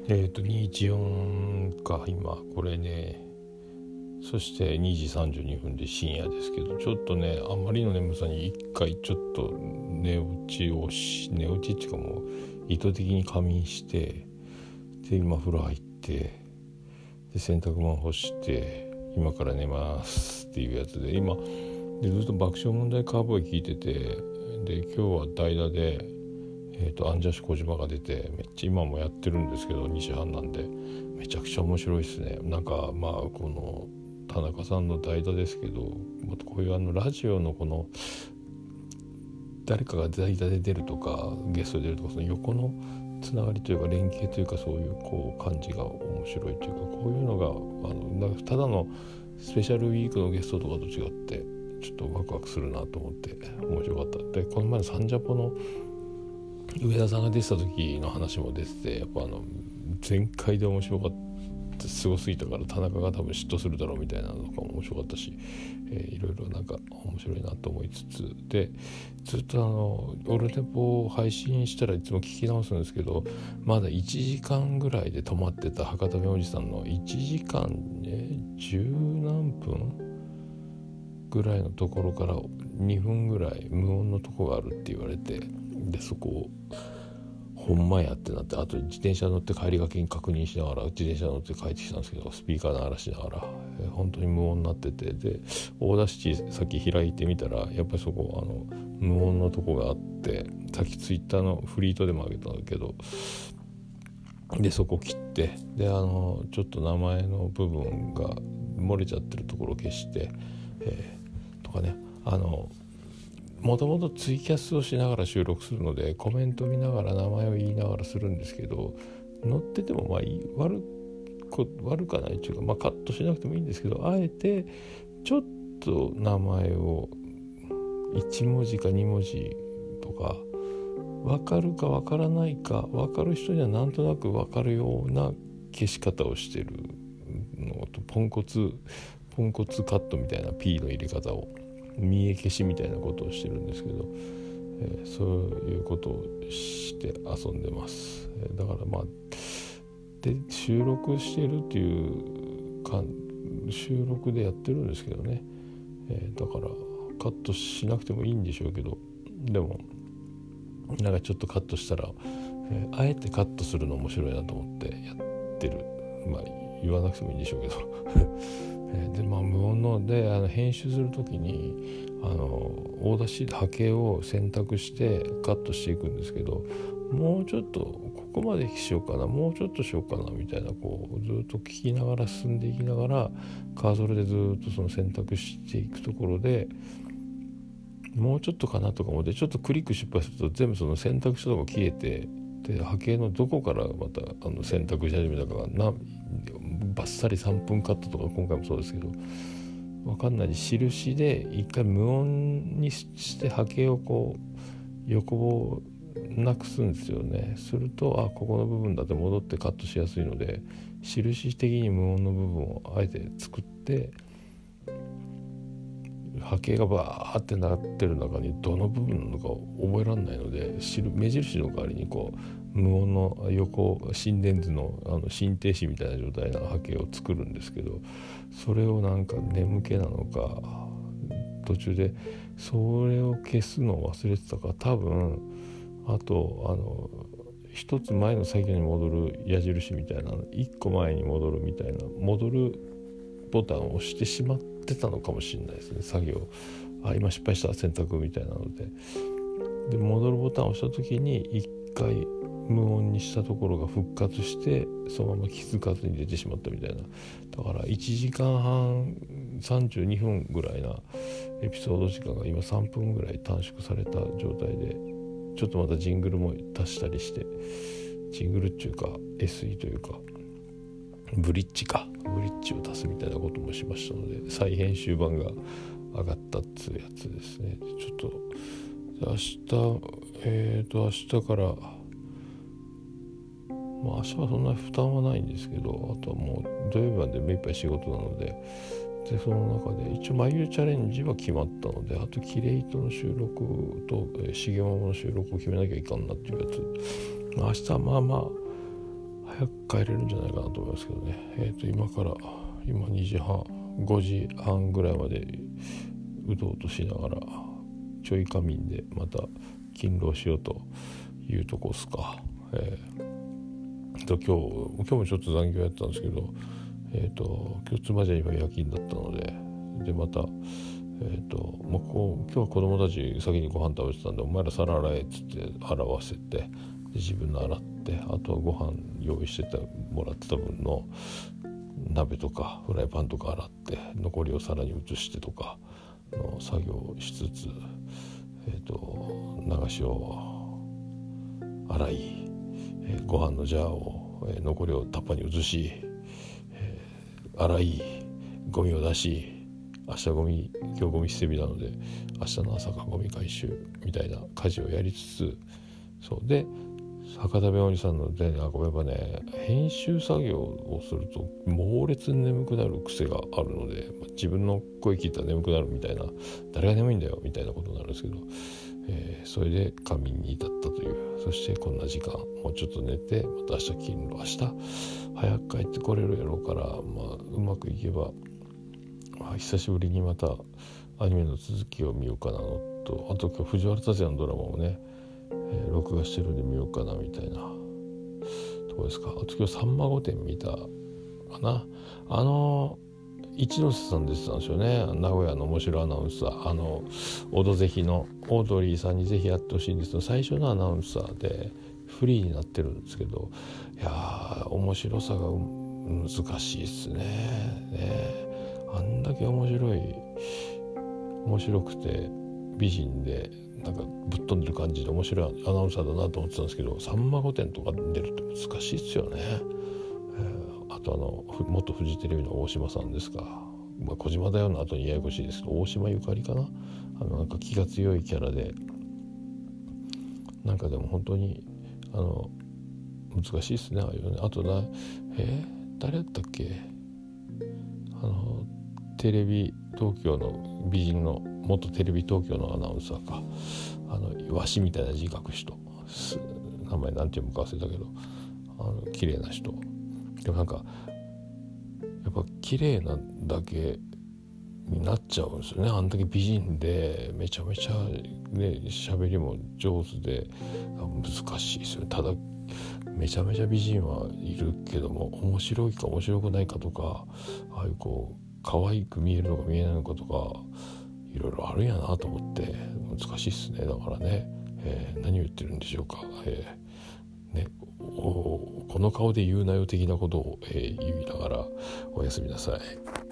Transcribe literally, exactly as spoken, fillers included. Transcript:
えっとにいちよんか今これね。そしてにじさんじゅうにふんで深夜ですけど、ちょっとねあまりの眠さに一回ちょっと寝落ちをし寝落ちっていうかもう意図的に仮眠して、で今風呂入って、で洗濯物干して今から寝ますっていうやつで、今でずっと爆笑問題カーボーイ聞いてて、で今日は代打でえーとアンジャッシュ小島が出て、めっちゃ今もやってるんですけどにじはんなんでめちゃくちゃ面白いですね。なんかまあこの田中さんの代打ですけど、もっとこういうあのラジオのこの誰かが代打で出るとかゲストで出るとか、その横のつながりというか連携というか、そういうこう感じが面白いというか、こういうのがあのなんかただのスペシャルウィークのゲストとかと違ってちょっとワクワクするなと思って面白かった。でこの前のサンジャポの上田さんが出てた時の話も出てて、やっぱあの全開で面白かった、すごすぎたから田中が多分嫉妬するだろうみたいなのとかも面白かったし、えー、いろいろなんか面白いなと思いつつで、ずっとあのオルネポを配信したらいつも聞き直すんですけど、まだいちじかんぐらいで止まってた博多名字さんのいちじかんね十何分ぐらいのところからにふんぐらい無音のとこがあるって言われて、でそこをほんまやってなって、あと自転車乗って帰りがけに確認しながら自転車乗って帰ってきたんですけど、スピーカー鳴らしながら、えー、本当に無音になってて、でオーダーシティさっき開いてみたらやっぱりそこあの無音のとこがあって、さっきツイッターのフリートでも上げたんだけど、でそこ切って、であのちょっと名前の部分が漏れちゃってるところを消して、えー、とかね、あのもともとツイキャスをしながら収録するのでコメント見ながら名前を言いながらするんですけど、載っててもまあ悪こ悪かないというか、まあ、カットしなくてもいいんですけど、あえてちょっと名前をいち文字かに文字とか分かるか分からないか、分かる人にはなんとなく分かるような消し方をしてるのと、ポンコツポンコツカットみたいな P の入れ方を見え消しみたいなことをしてるんですけど、えー、そういうことをして遊んでます。えー、だからまあで収録してるっていうか収録でやってるんですけどね、えー、だからカットしなくてもいいんでしょうけど、でもなんかちょっとカットしたら、えー、あえてカットするの面白いなと思ってやってる。まあ言わなくてもいいんでしょうけどでまあ無音のであの編集するときにあのオーダーシート波形を選択してカットしていくんですけど、もうちょっとここまでしようかな、もうちょっとしようかなみたいな、こうずっと聞きながら進んでいきながらカーソルでずっとその選択していくところで、もうちょっとかなとか思ってちょっとクリック失敗すると全部その選択したとこ消えて、で波形のどこからまたあの選択し始めたかがなバッサリさんぷんカットとか今回もそうですけど分かんない印で一回無音にして波形をこう横棒なくすんですよね。するとあここの部分だって戻ってカットしやすいので、印的に無音の部分をあえて作って波形がバーってなってる中にどの部分なのか覚えられないので、目印の代わりにこう無音の横心電図のあの心停止みたいな状態の波形を作るんですけど、それをなんか眠気なのか途中でそれを消すのを忘れてたか、多分あとあの一つ前の作業に戻る矢印みたいな、一個前に戻るみたいな戻るボタンを押してしまってたのかもしれないですね。作業あ今失敗した選択みたいなので、で戻るボタンを押した時に一回無音にしたところが復活してそのまま気づかずに出てしまったみたいな。だからいちじかんはんさんじゅうにふんぐらいなエピソード時間が今さんぷんぐらい短縮された状態で、ちょっとまたジングルも足したりして、ジングルっていうか エスイー というかブリッジかブリッジを足すみたいなこともしましたので、再編集版が上がったっていうやつですね。ちょっと明日えーと明日から、まあ、明日はそんな負担はないんですけど、あとはもう土曜日まで目いっぱい仕事なので、でその中で一応眉チャレンジは決まったので、あとキレイトの収録と重桃の収録を決めなきゃいかんなっていうやつ。明日はまあまあ早く帰れるんじゃないかなと思いますけどね。えーと今から今にじはんごじはんぐらいまでうとうとしながらちょい仮眠でまた勤労しようというとこっすか。えー、と今日今日もちょっと残業やったんですけど、えーと今日妻ジャニは夜勤だったので、でまたえーともうこう今日は子供たち先にご飯食べてたんで、お前ら皿洗えっつって洗わせて、で自分の洗って、あとはご飯用意してたもらってた分の鍋とかフライパンとか洗って残りを皿に移してとかの作業をしつつ、えーと流しを洗い、えー、ご飯のジャーを、えー、残りをタッパーに移し、えー、洗いゴミを出し、明日ゴミ今日ゴミ捨て日なので明日の朝かゴミ回収みたいな家事をやりつつ、そうで博多弁おじさんので、なんかやっぱね編集作業をすると猛烈に眠くなる癖があるので、自分の声聞いたら眠くなるみたいな、誰が眠いんだよみたいなことになるんですけど、えー、それで仮眠に至ったという。そしてこんな時間もうちょっと寝て、また明日勤労、明日早く帰ってこれるやろうから、まあうまくいけば、まあ、久しぶりにまたアニメの続きを見ようかなのと、あと今日藤原竜也のドラマもね、えー、録画してるんで見ようかなみたいなとこですか。あと今日さんま御殿見たかな。あの一ノ瀬さん出てたんですよね、名古屋の面白アナウンサー、あのオドぜひのオードリーさんにぜひやってほしいんですけど、最初のアナウンサーでフリーになってるんですけど、いやー面白さが難しいっすね。ねあんだけ面白い面白くて美人でなんかぶっ飛んでる感じで面白いアナウンサーだなと思ってたんですけど、さんま御殿とか出ると難しいっすよね。えー、あとあの元フジテレビの大島さんですか、まあ、小島だよの後にややこしいですけど、大島ゆかりかな、あのなんか気が強いキャラで、なんかでも本当にあの難しいっすね、ああいうね。あとな、えー、誰だったっけ、あのテレビ東京の美人の元テレビ東京のアナウンサーか、あのわしみたいな字書く人、名前なんていうか忘れたけど、あの綺麗な人でもなんかやっぱ綺麗なだけになっちゃうんですよね。あんだけ美人でめちゃめちゃね喋りも上手で難しいですよね。ただめちゃめちゃ美人はいるけども、面白いか面白くないかとか、ああいうこう可愛く見えるのか見えないのかとかいろいろあるんやなと思って難しいっすね。だからね、えー、何を言ってるんでしょうか、えーね、おこの顔で言うなよ的なことを、えー、言いながらおやすみなさい。